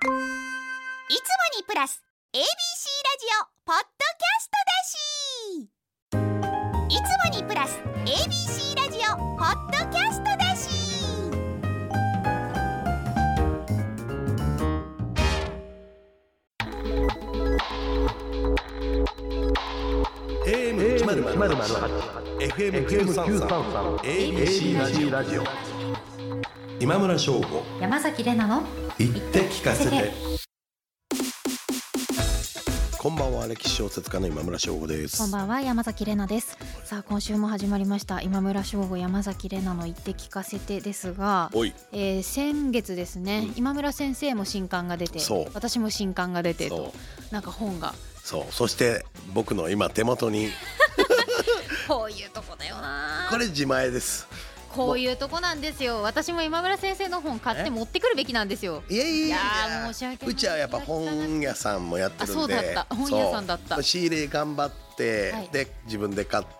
いつもにプラス ABC ラジオポッドキャストだし、いつもにプラス ABC ラジオポッドキャストだし。 AM1008 FM933 ABC ラジオ今村翔吾山崎怜奈の言って聞かせて。こんばんは、歴史小説家の今村翔吾です。 こんばんは、山崎怜奈です。さあ今週も始まりました今村翔吾山崎怜奈の言って聞かせてですが、先月ですね、今村先生も新刊が出て、私も新刊が出てと、なんか本がそして僕の今手元にこういうとこだよな。 これ自前です。 こういうとこなんですよ。私も今村先生の本買って持ってくるべきなんですよ。 いや申し訳ない。 うちはやっぱ本屋さんもやってるんで。 そうだった、本屋さんだった。 仕入れ頑張って、で自分で買って、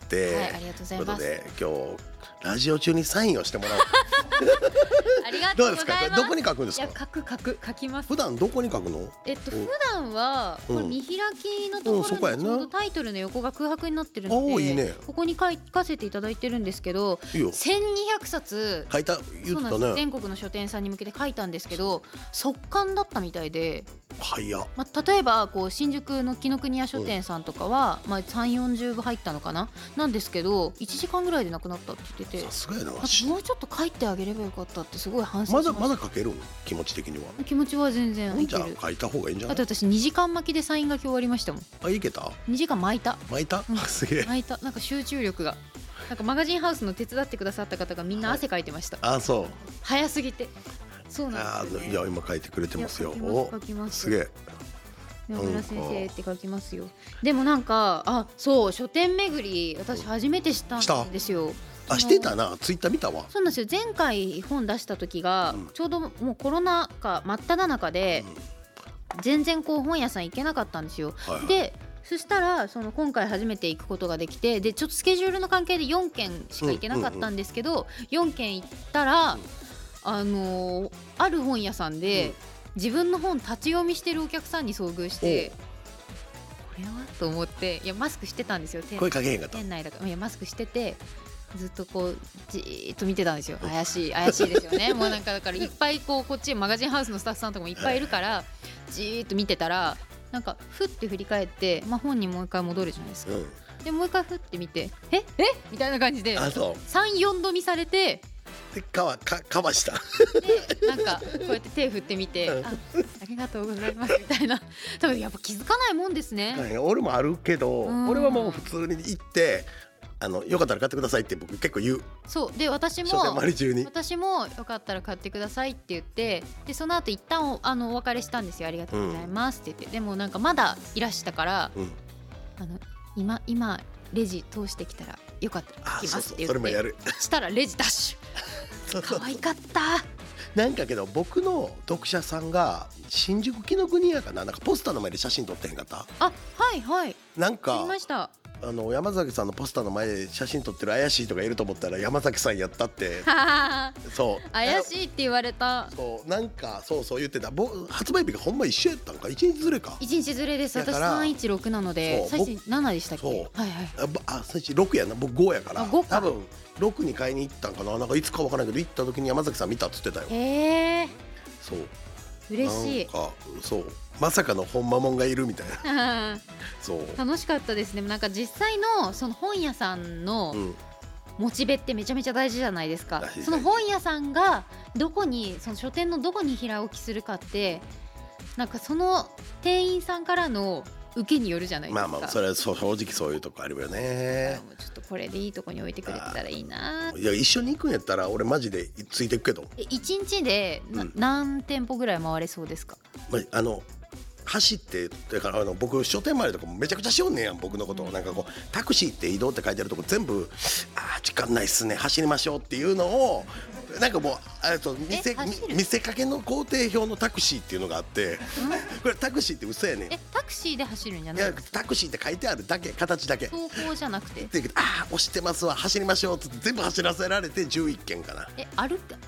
ありがとうございます。 で今日ラジオ中にサインをしてもらうありがとうございます。 どうですか？どこに書くんですか？ いや書きます。 普段どこに書くの？ 普段はこれ見開きのところにちょうどタイトルの横が空白になってるので、ここに書かせていただいてるんですけど、1200冊書いた言ったね。 全国の書店さんに向けて書いたんですけど、速乾だったみたいで。 例えばこう新宿の紀ノ国屋書店さんとかは、3、40部入ったのかななんですけど、1時間ぐらいでなくなったって言ってて、 さすがやな。もうちょっと書いてあげればよかったってすごい反省しました。 まだ書ける？気持ち的には。 気持ちは全然いける。 じゃあ書いた方がいいんじゃない？ あと私2時間巻きでサイン書き終わりましたもん。 いけた ？2時間巻いた、 すげえ巻いた。なんか集中力が、なんかマガジンハウスの手伝ってくださった方がみんな汗かいてました。 そう早すぎて。そうなんですよね。 いや今書いてくれてますよ。 書きます。 すげえ。 山村先生って書きますよ。でもなんかそう、書店巡り私初めてしたんですよ。 してたな、ツイッター見たわ。 そうなんですよ。前回本出した時が、ちょうどもうコロナ禍真っ只中で、全然こう本屋さん行けなかったんですよ。でそしたら今回初めて行くことができて、でちょっとスケジュールの関係で4軒しか行けなかったんですけど、4軒行ったら、ある本屋さんで、自分の本立ち読みしてるお客さんに遭遇して、これはと思って、いやマスクしてたんですよ。 声かけへんかった？ 店内だから、いやマスクしててずっとこうじーっと見てたんですよ。怪しいですよね。もうなんかだからいっぱいこっちマガジンハウスのスタッフさんとかもいっぱいいるから、じーっと見てたら、なんかふって振り返って、本にもう一回戻るじゃないですか。でもう一回ふって見て、えみたいな感じで3、4度見されて、 かわしたでなんかこうやって手振ってみて、ありがとうございますみたいな。多分やっぱ気づかないもんですね。 俺もあるけど、俺はもう普通に行ってよかったら買ってくださいって僕結構言う。そうで私もよかったら買ってくださいって言って、でその後一旦お別れしたんですよ。ありがとうございますって言って、でもなんかまだいらしたから、今レジ通してきたらよかったら来ますって言って、 それもやる。 したらレジダッシュ可愛かった。 なんかけど僕の読者さんが新宿紀ノ国屋かな、なんかポスターの前で写真撮ってへんかった？なんか見ました。 山崎さんのポスターの前で写真撮ってる怪しいとかいると思ったら山崎さんやったってそう怪しいって言われた。 なんかそう言ってた。発売日がほんま一緒やったんか。1日ずれか。 1日ずれです。私316なので、最初7でしたっけ？ 最初6やな、僕5やから、多分6に買いに行ったんかな。なんかいつか分からないけど行った時に山崎さん見たっつってたよ。そう嬉しい。 まさかの本間もんがいるみたいな楽しかったですね。なんか実際のその本屋さんのモチベってめちゃめちゃ大事じゃないですか。その本屋さんがその書店のどこに平置きするかって、なんかその店員さんからの受けによるじゃないですか。 それは正直そういうとこあるよね。 ちょっとこれでいいとこに置いてくれてたらいいな。 いや一緒に行くんやったら俺マジでついていくけど。 1日で何店舗ぐらい回れそうですか？ 走ってだから僕書店周りとかもめちゃくちゃしよんねんやん。僕のことをなんかこうタクシーって移動って書いてあるとこ全部時間ないっすね走りましょうっていうのをなんかもう見せかけの工程表のタクシーっていうのがあって、これタクシーって嘘やねん。 タクシーで走るんじゃない？ いやタクシーって書いてあるだけ、形だけ。 走行じゃなくて。 押してますわ走りましょうって全部走らせられて11件かな。 歩く？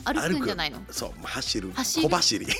歩くんじゃないの？ そう走る小走り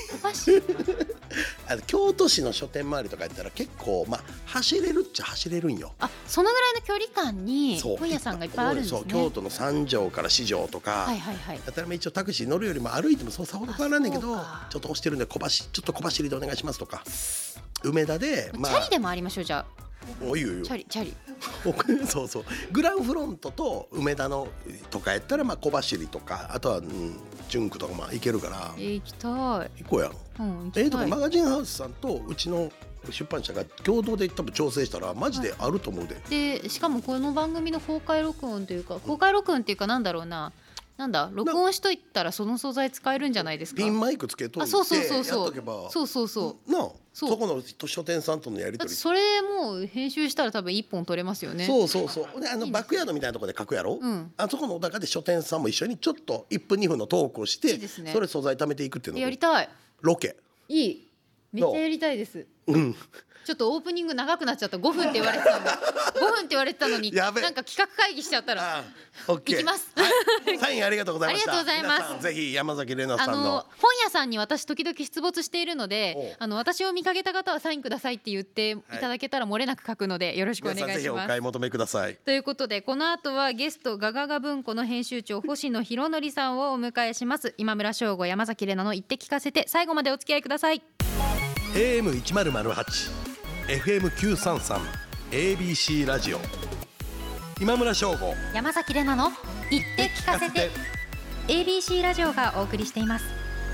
京都市の書店周りとかやったら結構走れるっちゃ走れるんよ。 そのぐらいの距離感に本屋さんがいっぱいあるんですね。 そう京都の三条から四条とか、だったら一応タクシー乗るよりも歩いてもそうさほど変わらないけど、ちょっと押してるんでちょっと小走りでお願いしますとか、梅田でチャリでもありましょう。じゃあおいよチャリそうグランフロントと梅田のとかやったら小走りとか、あとは純駆とか行けるから、 行きたい。 行こうやん。とかマガジンハウスさんとうちの出版社が共同で多分調整したらマジであると思うで、 でしかもこの番組の公開録音っていうかなんだろうな、録音しといたらその素材使えるんじゃないですか。 ピンマイクつけといてやっとけば、そこの書店さんとのやり取り、 それもう編集したら多分1本取れますよね。 そうでバックヤードみたいなところで書くやろ、あそこの中で書店さんも一緒にちょっと1分2分のトークをして、それ素材貯めていくっていうのやりたい。 ロケいい、めっちゃやりたいです。ちょっとオープニング長くなっちゃった。5分って言われてたのになんか企画会議しちゃったら行きます。 サインありがとうございました。 ありがとうございます。 皆さんぜひ山崎怜奈さんの本屋さんに私時々出没しているので、私を見かけた方はサインくださいって言っていただけたら漏れなく書くのでよろしくお願いします。 皆さんぜひお買い求めください。 ということでこの後はゲストガガガ文庫の編集長星野博則さんをお迎えします。今村翔吾、山崎怜奈の言って聞かせて、最後までお付き合いください。 AM1008 FM933 ABC ラジオ、今村翔吾、 山崎怜奈の言って聞かせて ABC ラジオがお送りしています。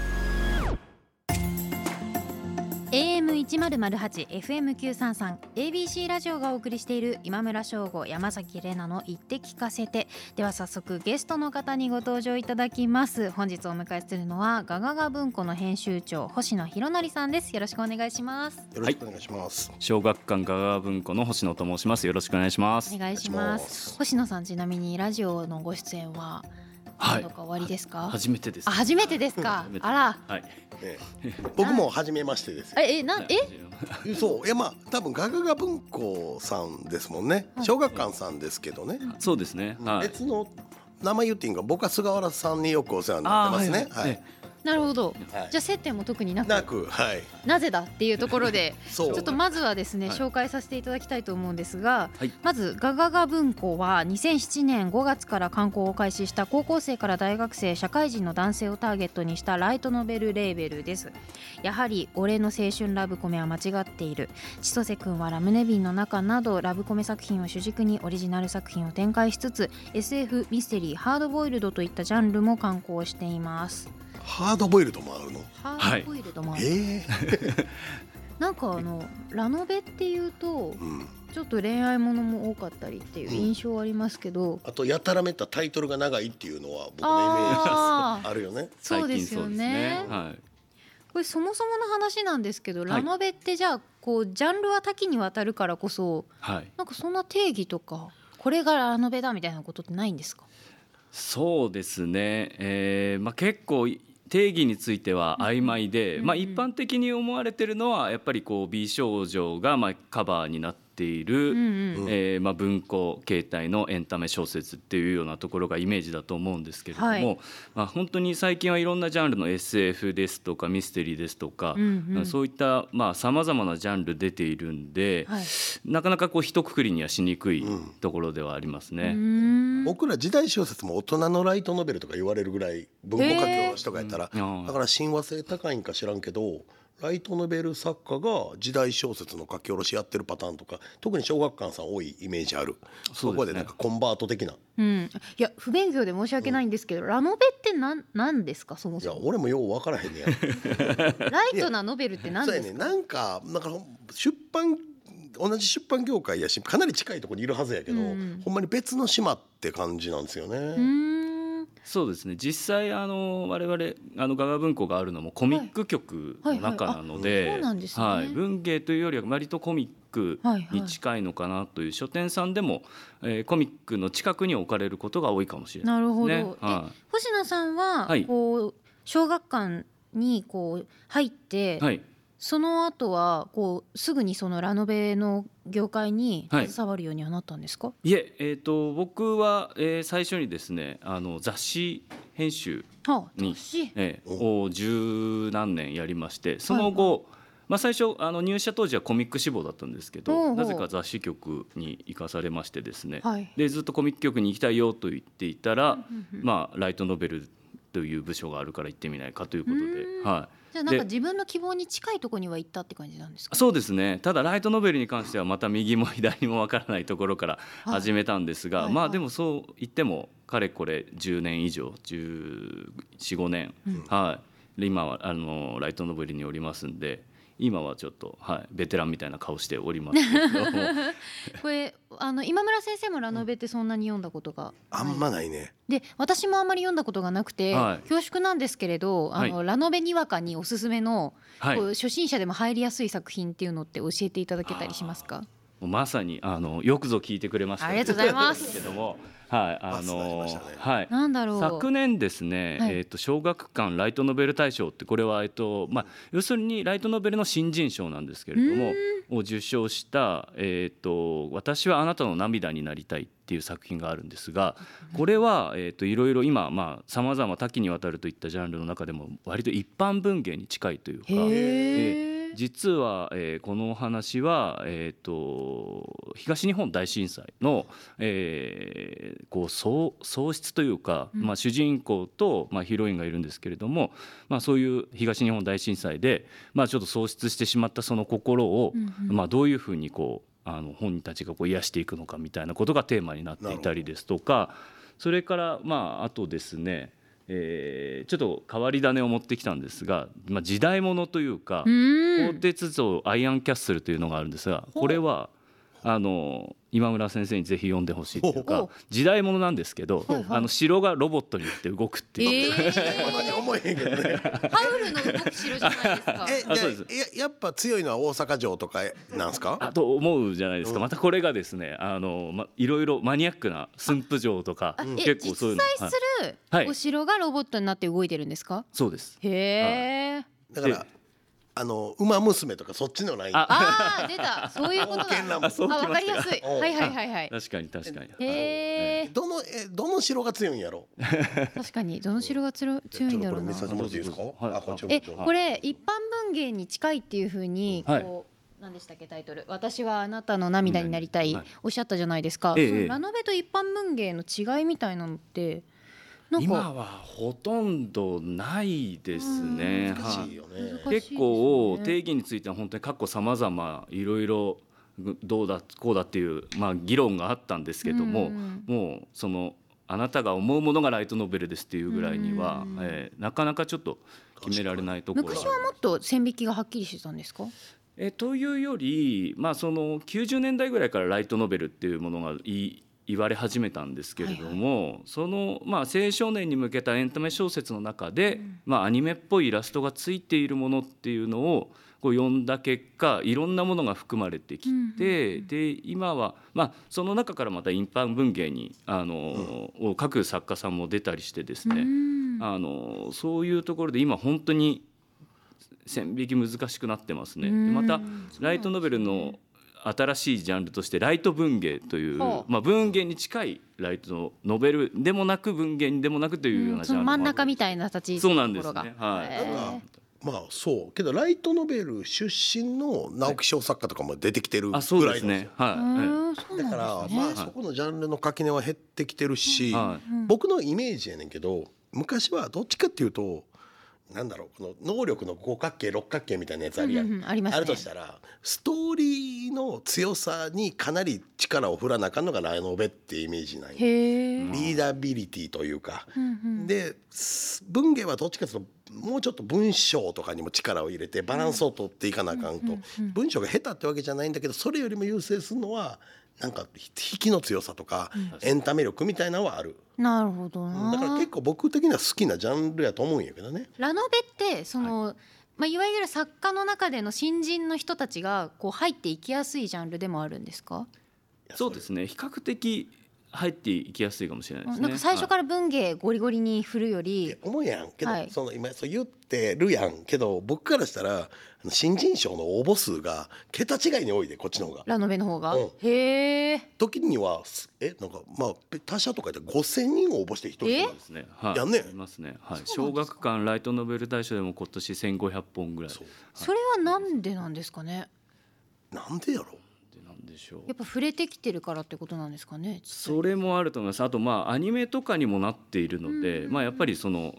AM1008 FM933 ABC ラジオがお送りしている今村翔吾、山崎怜奈の言って聞かせて。では早速ゲストの方にご登場いただきます。本日お迎えするのはガガガ文庫の編集長星野博則さんです。よろしくお願いします。 よろしくお願いします。 小学館ガガガ文庫の星野と申します。よろしくお願いします。 お願いします。星野さん、ちなみにラジオのご出演は何度か終わりですか？ 初めてです。 初めてですか？あら、 僕も初めましてです。そういや多分ガガガ文庫さんですもんね。小学館さんですけどね。 そうですね。 別の名前言っていいんか、僕は菅原さんによくお世話になってますね。 なるほど、じゃあ接点も特になく、なぜだっていうところでちょっとまずはですね、紹介させていただきたいと思うんですが、まずガガガ文庫は2007年5月から刊行を開始した高校生から大学生、社会人の男性をターゲットにしたライトノベルレーベルです。やはり俺の青春ラブコメは間違っている、千歳くんはラムネ瓶の中などラブコメ作品を主軸にオリジナル作品を展開しつつ SF、ミステリー、ハードボイルドといったジャンルも刊行しています。 ハードボイルドもあるの？ ハードボイルドもある。なんかラノベっていうと、ちょっと恋愛ものも多かったりっていう印象ありますけど、 あとやたらめったタイトルが長いっていうのは僕のイメージあるよね。 そうですよね。これそもそもの話なんですけど、ラノベってじゃあこうジャンルは多岐にわたるからこそ、なんかそんな定義とかこれがラノベだみたいなことってないんですか？ そうですね、結構定義については曖昧で、一般的に思われているのはやっぱりこう美少女がカバーになっている、文庫形態のエンタメ小説っていうようなところがイメージだと思うんですけれども、本当に最近はいろんなジャンルの SF ですとかミステリーですとか、そういったさまざまなジャンル出ているんで、なかなかこう一括りにはしにくいところではありますね。 僕ら時代小説も大人のライトノベルとか言われるぐらい文庫書き下ろしとかやったら、だから親和性高いんか知らんけど、ライトノベル作家が時代小説の書き下ろしやってるパターンとか特に小学館さん多いイメージある。そこでなんかコンバート的な、 いや不勉強で申し訳ないんですけど、ラノベって何ですかそもそも？ いや俺もよう分からへんねやライトなノベルって何ですか？ そうやね、なんか同じ出版業界やしかなり近いところにいるはずやけど、ほんまに別の島って感じなんですよね。 そうですね、実際我々ガガ文庫があるのもコミック局の中なので、文芸というよりは割とコミックに近いのかなという書店さんでも、コミックの近くに置かれることが多いかもしれないですね。なるほど。 星野さんはこう小学館にこう入って、 その後はこうすぐにそのラノベの業界に携わるようにはなったんですか？ いえ、僕は、最初にですね雑誌編集に、を十何年やりまして、その後、最初入社当時はコミック志望だったんですけど、なぜか雑誌局に行かされましてですね、でずっとコミック局に行きたいよと言っていたら、ライトノベルという部署があるから行ってみないかということで、 じゃあなんか自分の希望に近いところには行ったって感じなんですか？ そうですね。ただライトノベルに関してはまた右も左もわからないところから始めたんですが、でもそう言ってもかれこれ10年以上14、15年、で今はライトノベルにおりますんで、今はちょっと、ベテランみたいな顔しておりますけどこれ今村先生もラノベってそんなに読んだことがあんまないね。 で私もあんまり読んだことがなくて、恐縮なんですけれどラノベにわかにおすすめの、こう初心者でも入りやすい作品っていうのって教えていただけたりしますか？ まさによくぞ聞いてくれました。 ありがとうございますけども、 なんだろう、 昨年ですね、小学館ライトノベル大賞って、これは要するにライトノベルの新人賞なんですけれどもを受賞した、私はあなたの涙になりたいっていう作品があるんですが、これは、いろいろ今さまざま多岐にわたるといったジャンルの中でも割と一般文芸に近いというか、実は、このお話は、東日本大震災の、こう喪失というか、主人公と、ヒロインがいるんですけれども、そういう東日本大震災で、ちょっと喪失してしまったその心を、どういうふうにこう本人たちがこう癒していくのかみたいなことがテーマになっていたりですとか、それからあとですね、ちょっと変わり種を持ってきたんですが、時代物というか、鋼鉄像アイアンキャッスルというのがあるんですが、これは今村先生にぜひ読んでほしいというか、時代物なんですけど、城がロボットによって動くっていう、 思えへんけどね。 ハウルの動く城じゃないですか。 そうです。やっぱ強いのは大阪城とかなんですか？ と思うじゃないですか。またこれがですねいろいろマニアックな駿府城とか、結構そういうの実在するお城がロボットになって動いてるんですか？ そうです。 へー。 だから馬娘とかそっちのライン。 出た、そういうことだ。わかりやすい。はい確かに確かに。 どの城が強いんやろ。 確かにどの城が強いんだろうな。これ一般文芸に近いっていう風にこう何でしたっけタイトル、私はあなたの涙になりたいおっしゃったじゃないですか。ラノベと一般文芸の違いみたいなのって今はほとんどないですね。 難しいよね。 結構定義については本当に過去様々いろいろどうだこうだっていう議論があったんですけども、もうそのあなたが思うものがライトノベルですっていうぐらいには、なかなかちょっと決められないところが。 昔はもっと線引きがはっきりしてたんですか？ というより、その90年代ぐらいからライトノベルっていうものが言われ始めたんですけれども、その青少年に向けたエンタメ小説の中で、アニメっぽいイラストがついているものっていうのをこう読んだ結果、いろんなものが含まれてきて、で今はその中からまた一般文芸にを書く作家さんも出たりしてですね、そういうところで今本当に線引き難しくなってますね。またライトノベルの新しいジャンルとしてライト文芸という、文芸に近いライトノベルでもなく文芸でもなくというようなジャンル、 真ん中みたいな立ち位置。 そうなんですね。 そうけどライトノベル出身の直木賞作家とかも出てきてるぐらいなんですよ。だからそこのジャンルの垣根は減ってきてるし、僕のイメージやねんけど、昔はどっちかっていうとなんだろう、この能力の五角形六角形みたいなやつあるやん、あるとしたらストーリーの強さにかなり力を振らなあかんのがライノベってイメージない。リーダビリティというか、で文芸はどっちかというともうちょっと文章とかにも力を入れてバランスを取っていかなあかんと、文章が下手ってわけじゃないんだけど、それよりも優勢するのはなんか引きの強さとかエンタメ力みたいなのはある。 なるほどな。 だから結構僕的には好きなジャンルやと思うんやけどね。 ラノベってその、いわゆる作家の中での新人の人たちがこう入っていきやすいジャンルでもあるんですか？ そうですね、比較的入っていきやすいかもしれないですね。 なんか最初から文芸ゴリゴリに振るより、 思うやんけど、その今そう言ってるやんけど、僕からしたら新人賞の応募数が桁違いに多いで、こっちの方が、 ラノベの方が、へえ。 時にはなんかまあ他社とかで5000人応募して1人ですね、 やんね。 いますね、はい、小学館ライトノベル大賞でも今年1500本ぐらい。 それはなんでなんですかね。 なんでやろ。 やっぱ触れてきてるからってことなんですかね。 それもあると思います。あとアニメとかにもなっているので、やっぱりその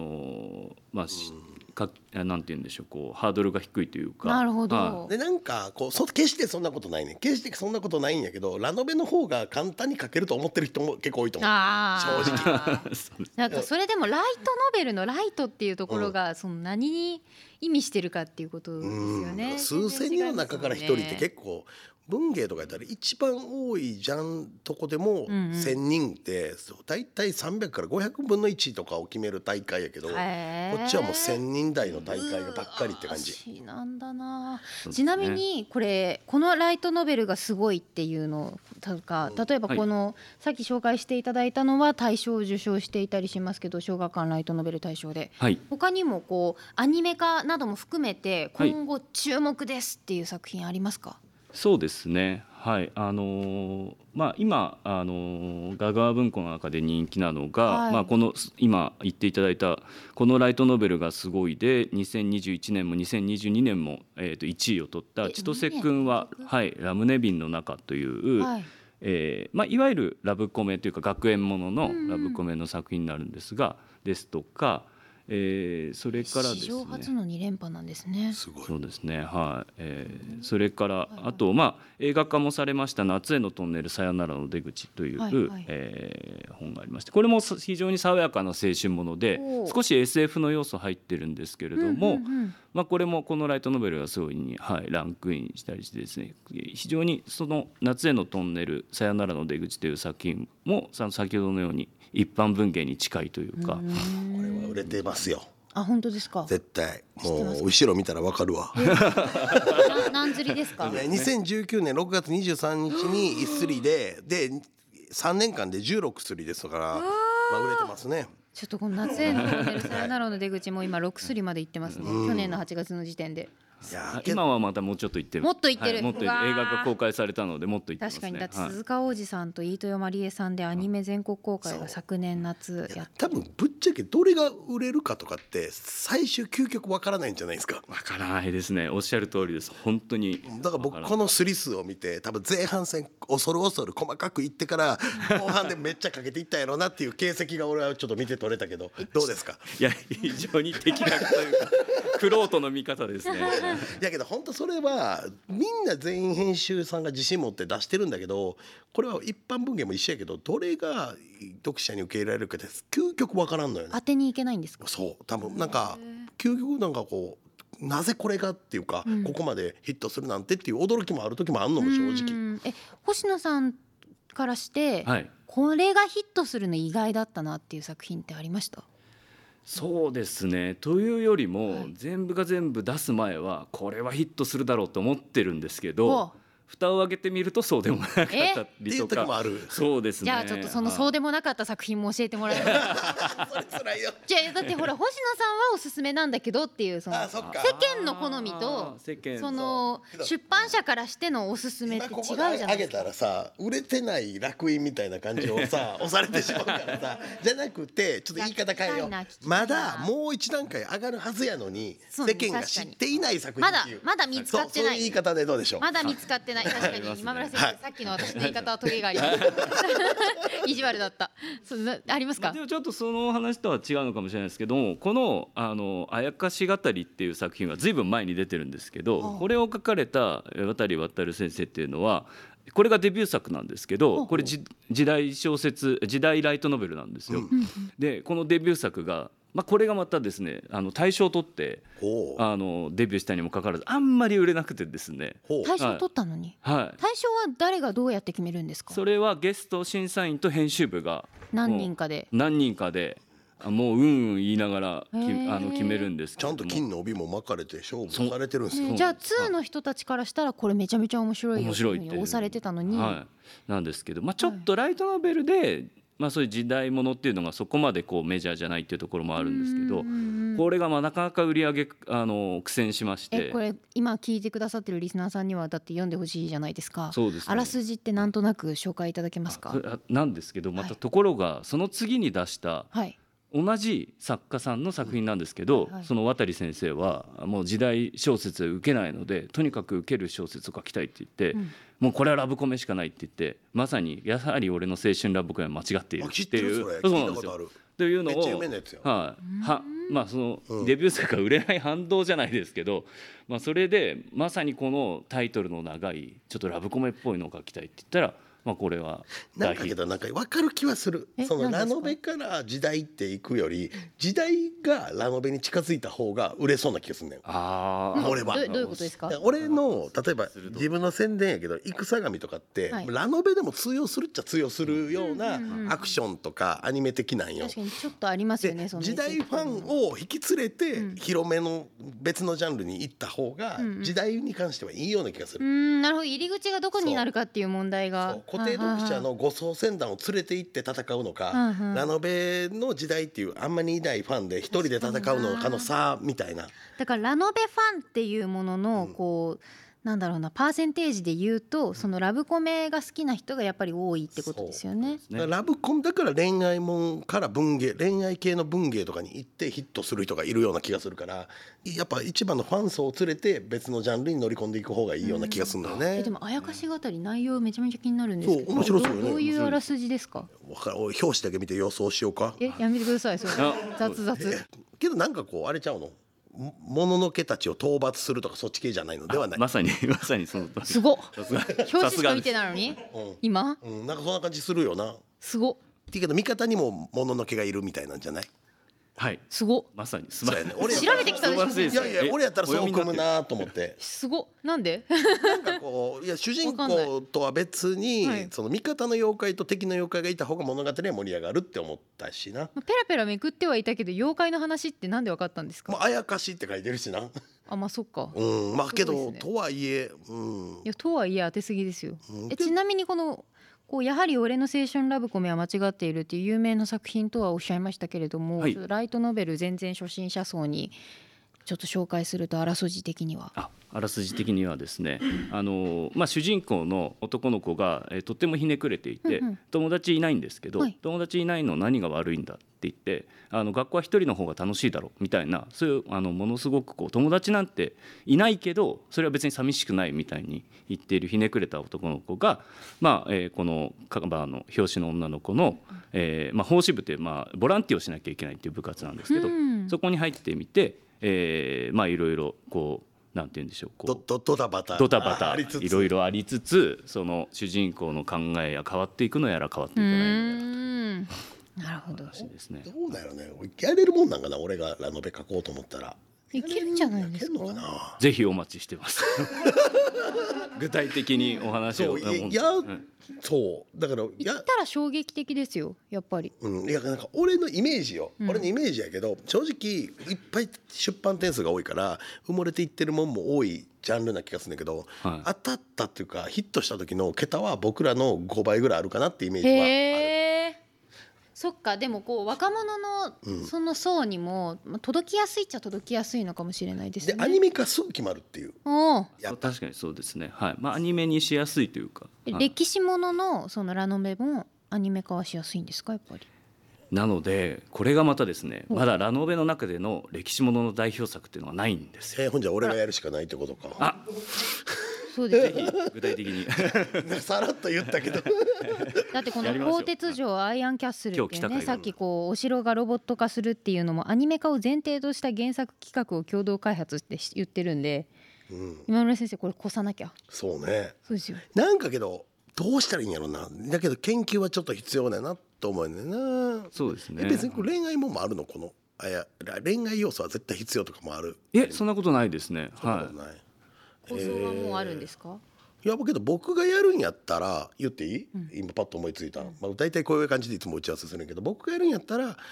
なんて言うんでしょう、こうハードルが低いというか。 なるほど。 でなんかこう決してそんなことないね。決してそんなことないんやけど、ラノベの方が簡単に書けると思ってる人も結構多いと思う。正直。 なんかそれでもライトノベルのライトっていうところがその何に意味してるかっていうことですよね。 数千人の中から一人って結構。文芸とかやったら一番多いじゃんとこでも1000人ってだいたい300から500分の1とかを決める大会やけど、こっちはもう1000人台の大会ばっかりって感じなんだな。ちなみにこのライトノベルがすごいっていうのとか、例えばこのさっき紹介していただいたのは大賞を受賞していたりしますけど、小学館ライトノベル大賞で、他にもこうアニメ化なども含めて今後注目ですっていう作品ありますか？ そうですね、はい、今ガガワ文庫の中で人気なのが、この今言っていただいたこのライトノベルがすごいで2021年も2022年も、1位を取った千歳くんは、ラムネ瓶の中という、いわゆるラブコメというか学園もののラブコメの作品になるんですが、ですとかそれからですね、 史上初の2連覇なんですね。 すごい。 そうですね、それからあと映画化もされました夏へのトンネルさよならの出口という、本がありまして、これも非常に爽やかな青春もので少し SF の要素入ってるんですけれども、これもこのライトノベルがすごいに、ランクインしたりしてですね、非常にその夏へのトンネルさよならの出口という作品も先ほどのように一般文芸に近いというか、 これは売れてますよ。 あ、本当ですか。 絶対もう後ろ見たらわかるわ。 何釣りですか。 2019年6月23日に1釣りで3年間で16釣りですから、売れてますね。 ちょっとこの夏へのトンネルさよならの出口も今6釣りまで行ってますね。去年の8月の時点で。 今はまたもうちょっと行ってる。 もっと行ってる。 もっと映画が公開されたのでもっと行ってますね。 確かに、だって鈴鹿央士さんと飯豊まりえさんでアニメ全国公開が昨年夏やって、 多分ぶっちゃけどれが売れるかとかって最終究極わからないんじゃないですか。 わからないですね。おっしゃる通りです。本当に。 だから僕このスリ数を見て、多分前半戦恐る恐る細かくいってから後半でめっちゃかけていったやろうなっていう形跡が俺はちょっと見て取れたけど、どうですか。 いや、非常に的確というか玄人の見方ですね。 いやけど本当それはみんな全員編集さんが自信持って出してるんだけど、これは一般文芸も一緒やけど、どれが読者に受け入れられるかって究極わからんのよね。 当てにいけないんですか。 そう、多分なんか究極なんかこうなぜこれがっていうか、ここまでヒットするなんてっていう驚きもある時もあるのも正直。 星野さんからして、これがヒットするの意外だったなっていう作品ってありました。 そうですね、というよりも、全部が全部出す前はこれはヒットするだろうと思ってるんですけど、蓋を開けてみるとそうでもなかったりとか。そうですね。 じゃあちょっとそのそうでもなかった作品も教えてもらえますか。 それ辛いよ。 じゃあだってほら星野さんはおすすめなんだけどっていう、その世間の好みとその出版社からしてのおすすめって違うじゃないですか。 あげたらさ、売れてない楽園みたいな感じをさ押されてしまうからさ、じゃなくてちょっと言い方変えよう。まだもう一段階上がるはずやのに、世間が知っていない作品っていう、 まだ見つかってない。 そういう言い方でどうでしょう。 まだ見つかってない。確かに今村先生、さっきの私の言い方はトゲがあります。意地悪だった。ありますか。 でもちょっとその話とは違うのかもしれないですけども、このあやかし語りっていう作品はずいぶん前に出てるんですけど、これを書かれた渡航先生っていうのは、これがデビュー作なんですけど、これ時代小説、時代ライトノベルなんですよ。でこのデビュー作がこれがまたですね、大賞を取ってデビューしたにもかかわらずあんまり売れなくてですね。 大賞を取ったのに、大賞は誰がどうやって決めるんですか。 それはゲスト審査員と編集部が何人かでもう言いながら決めるんですけども、 ちゃんと金の帯も巻かれて勝負されてるんですよ。 じゃあ2の人たちからしたらこれめちゃめちゃ面白いよっていうふうに押されてたのに、 なんですけど、ちょっとライトノベルで、そういう時代ものっていうのがそこまでこうメジャーじゃないっていうところもあるんですけど、これがなかなか売り上げ苦戦しまして。 これ今聞いてくださってるリスナーさんにはだって読んでほしいじゃないですか。 そうですね、 あらすじってなんとなく紹介いただけますか。 なんですけど、またところがその次に出した同じ作家さんの作品なんですけど、その渡先生はもう時代小説受けないので、とにかく受ける小説を書きたいって言って、もうこれはラブコメしかないって言って、まさにやはり俺の青春ラブコメは間違っているっていう、そうなんですよというのを、そのデビュー作が売れない反動じゃないですけど、それでまさにこのタイトルの長いちょっとラブコメっぽいのを書きたいって言ったら、これはなんかけど分かる気はする。そのラノベから時代っていくより、時代がラノベに近づいた方が売れそうな気がするんだよ。俺はどういうことですか。 俺の例えば自分の宣伝やけど、戦神とかって、ラノベでも通用するっちゃ通用するようなアクションとかアニメ的なんよ。 確かにちょっとありますよね。 時代ファンを引き連れて広めの別のジャンルに行った方が時代に関してはいいような気がする。 なるほど、入り口がどこになるかっていう問題が。 固定読者の護送船団を連れて行って戦うのか、ラノベの時代っていうあんまりいないファンで一人で戦うのかの差みたいな。 だからラノベファンっていうもののこう、なんだろうな、パーセンテージで言うと、そのラブコメが好きな人がやっぱり多いってことですよね。 ラブコメだから恋愛もんから文芸、恋愛系の文芸とかに行ってヒットする人がいるような気がするから、やっぱ一番のファン層を連れて別のジャンルに乗り込んでいく方がいいような気がするんだよね。 でもあやかし語り内容めちゃめちゃ気になるんですけど、 面白そうよね。 どういうあらすじですか。 表紙だけ見て予想しようか。 やめてください、それ雑。 けどなんかこうあれちゃうの、もののけたちを討伐するとかそっち系じゃないのではない。 まさにそのすごっ。表紙しか見てないのに今、 なんかそんな感じするよな。 すごっ。 けど味方にももののけがいるみたいなんじゃない。 はい、 すごっ。 まさに調べてきたでしょ。 いや俺やったらそう組むなと思って。 すごっ。なんでなんかこう、いや主人公とは別に、その味方の妖怪と敵の妖怪がいた方が物語は盛り上がるって思ったしな。 ペラペラめくってはいたけど、妖怪の話ってなんで分かったんですか。 あやかしって書いてるしな。 そっか。 けどとはいえ、 いやとはいえ当てすぎですよ。ちなみにこのやはり俺の青春ラブコメは間違っているっていう有名な作品とはおっしゃいましたけれども、ライトノベル全然初心者層にちょっと紹介すると、あらすじ的には。 あらすじ的にはですね、主人公の男の子が、とってもひねくれていて、友達いないんですけど、友達いないの何が悪いんだって言って、学校は一人の方が楽しいだろうみたいな、そういうものすごく友達なんていないけどそれは別に寂しくないみたいに言っているひねくれた男の子が、このカバーの表紙の女の子の、奉仕部ってボランティアをしなきゃいけないっていう部活なんですけど、そこに入ってみて、いろいろなんて言うんでしょう、 ドタバタいろいろありつつ、その主人公の考えや変わっていくのやら変わっていかないのやら。 なるほど。 どうだよね。やれるもんなんかな、俺がラノベ書こうと思ったら。 いけるんじゃないですか。 ぜひお待ちしてます。具体的にお話を。 そうだから言ったら衝撃的ですよ、やっぱり。 いやなんか俺のイメージよ、俺のイメージやけど、正直いっぱい出版点数が多いから埋もれていってるもんも多いジャンルな気がするんだけど、当たったっていうかヒットした時の桁は僕らの5倍ぐらいあるかなってイメージはある。 そっか。でも若者のその層にも届きやすいっちゃ届きやすいのかもしれないですね。 でアニメ化すぐ決まるっていう。 確かにそうですね。アニメにしやすいというか。 歴史もののそのラノベもアニメ化はしやすいんですか、やっぱり。 なのでこれがまたですね、まだラノベの中での歴史ものの代表作っていうのはないんですよ。 ほんじゃ俺がやるしかないってことか。 そうです。 ぜひ具体的にさらっと言ったけどだってこの鋼鉄城アイアンキャッスルっていうね、さっきお城がロボット化するっていうのもアニメ化を前提とした原作企画を共同開発って言ってるんで、今村先生これ越さなきゃ。 そうね。 そうですよ。 なんかけどどうしたらいいんやろうな。だけど研究はちょっと必要だなと思うんだよな。 そうですね。 別に恋愛もあるの、この恋愛要素は絶対必要とかもある。 そんなことないですね。 そんなことない。 構想はもうあるんですか。 いやけど僕がやるんやったら言っていい、今パッと思いついた、大体こういう感じでいつも打ち合わせするんやけど、僕がやるんやったら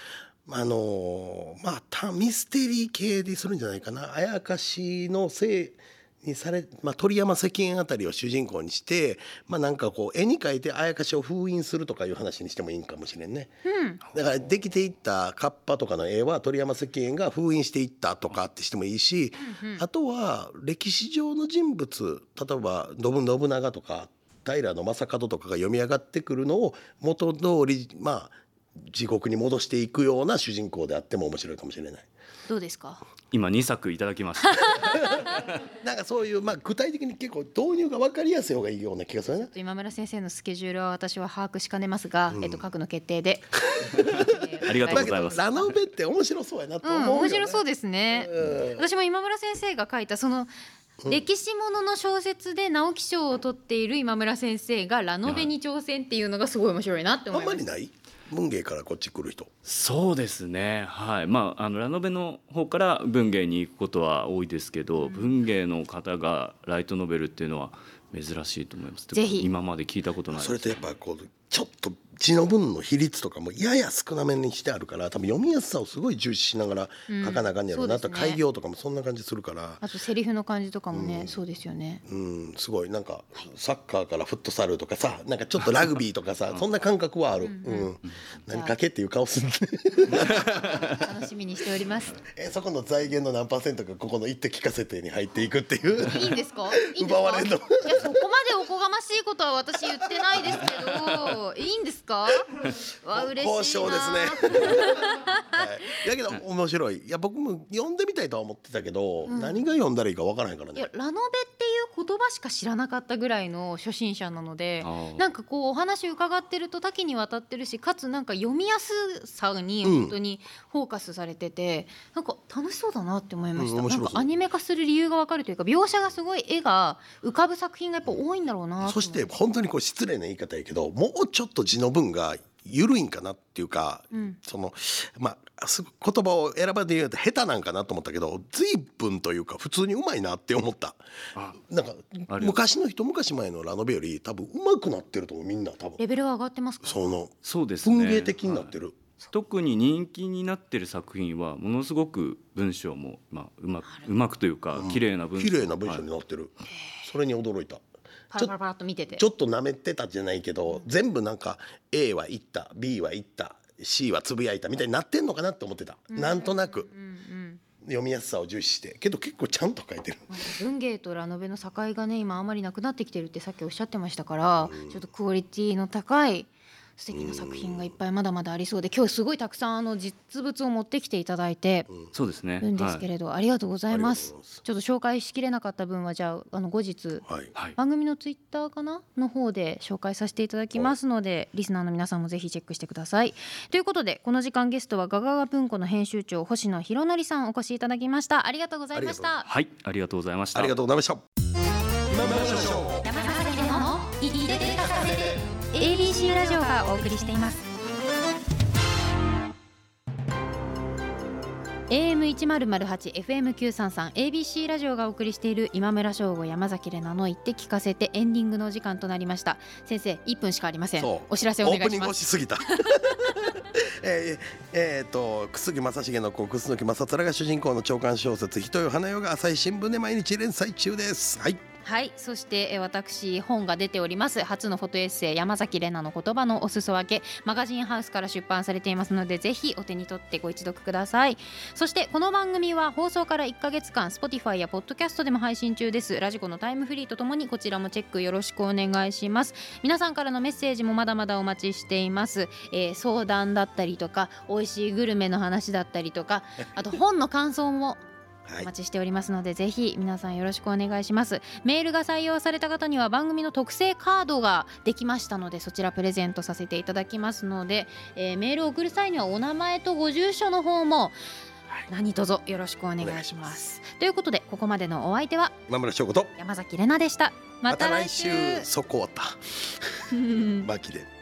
ミステリー系でするんじゃないかな。あやかしのせいにされ、鳥山石燕あたりを主人公にして、なんかこう絵に描いてあやかしを封印するとかいう話にしてもいいんかもしれんね、だからできていったカッパとかの絵は鳥山石燕が封印していったとかってしてもいいし、あとは歴史上の人物、例えば信長とか平将門とかが読み上がってくるのを元通り地獄に戻していくような主人公であっても面白いかもしれない。 どうですか？ 今2作いただきましたなんかそういう、具体的に結構導入が分かりやすい方がいいような気がするね。 今村先生のスケジュールは私は把握しかねますが、書くの決定でありがとうございます。 ラノベって面白そうやなと思うよね、 面白そうですね、私も今村先生が書いたその歴史ものの小説で直木賞を取っている今村先生がラノベに挑戦っていうのがすごい面白いなって思います。 あんまりない文芸からこっち来る人。 そうですね、はい。ラノベの方から文芸に行くことは多いですけど、文芸の方がライトノベルっていうのは珍しいと思います。 ぜひ今まで聞いたことない。 それとやっぱこうちょっと字の文の比率とかもやや少なめにしてあるから、多分読みやすさをすごい重視しながら書かなあかんやろうなと、開業とかもそんな感じするから、 あとセリフの感じとかもね、そうですよね。 すごいなんかサッカーからフットサルとかさ、なんかちょっとラグビーとかさそんな感覚はある。何書けっていう顔する楽しみにしておりますそこの財源の何%がここの言って聞かせてに入っていくっていう。 いいんですか？ 奪われんの。 いやそこまでおこがましいことは私言ってないですけどいいんですか？わ嬉しいな。 交渉ですね、だけど面白い。いや僕も読んでみたいとは思ってたけど、何が読んだらいいか分からへんからね。 いやラノベっていう言葉しか知らなかったぐらいの初心者なので、なんかこうお話伺ってると多岐にわたってるし、かつなんか読みやすさに本当にフォーカスされてて、なんか楽しそうだなって思いました。なんかアニメ化する理由が分かるというか、描写がすごい絵が浮かぶ作品がやっぱ多いんだろうな。 そして本当にこう失礼な言い方やけど、もうちょっと字の文が緩いんかなっていうか、その言葉を選ばで言うと下手なんかなと思ったけど、随分というか普通にうまいなって思った。なんか昔の人、昔前のラノベより多分うまくなってると思う。みんな多分レベルは上がってますか？ そうですね、 文芸的になってる、 特に人気になってる作品はものすごく文章もうまくというか綺麗な文章になってる、それに驚いた。 パラパラパラっと見ててちょっと舐めてたじゃないけど、全部なんか A は言った B は言った C はつぶやいたみたいになってんのかなって思ってた、なんとなく、読みやすさを重視してけど結構ちゃんと書いてる。 文芸とラノベの境がね今あまりなくなってきてるってさっきおっしゃってましたから、ちょっとクオリティの高い素敵な作品がいっぱいまだまだありそうで、今日すごいたくさん実物を持ってきていただいてそうですねるんですけれど、ありがとうございます。ちょっと紹介しきれなかった分はじゃあ後日、番組のツイッターかなの方で紹介させていただきますので、リスナーの皆さんもぜひチェックしてください。ということでこの時間ゲストはガガガ文庫の編集長星野博則さんお越しいただきました。ありがとうございました。 はい、ありがとうございました。 ありがとうございました。今村社長山崎怜奈の言って聞かせて ABC ラジオがお送りしています。 AM1008 FM933 ABC ラジオがお送りしている今村翔吾山崎怜奈の言って聞かせて、エンディングの時間となりました。先生1分しかありません。お知らせお願いします。 オープニング押しすぎた楠木正成の子楠木正虎が主人公の長官小説人よ花よが朝日新聞で毎日連載中です。 はい、そして私本が出ております。初のフォトエッセイ山崎怜奈の言葉のお裾分け、マガジンハウスから出版されていますのでぜひお手に取ってご一読ください。そしてこの番組は放送から1ヶ月間 Spotify やポッドキャストでも配信中です。ラジコのタイムフリーとともにこちらもチェックよろしくお願いします。皆さんからのメッセージもまだまだお待ちしています。相談だったりとか美味しいグルメの話だったりとか、あと本の感想もお待ちしておりますのでぜひ皆さんよろしくお願いします。メールが採用された方には番組の特製カードができましたのでそちらプレゼントさせていただきますので、メールを送る際にはお名前とご住所の方も何卒よろしくお願いします。ということでここまでのお相手は今村翔吾と山崎怜奈でした。また来週。 そこ終わった巻きで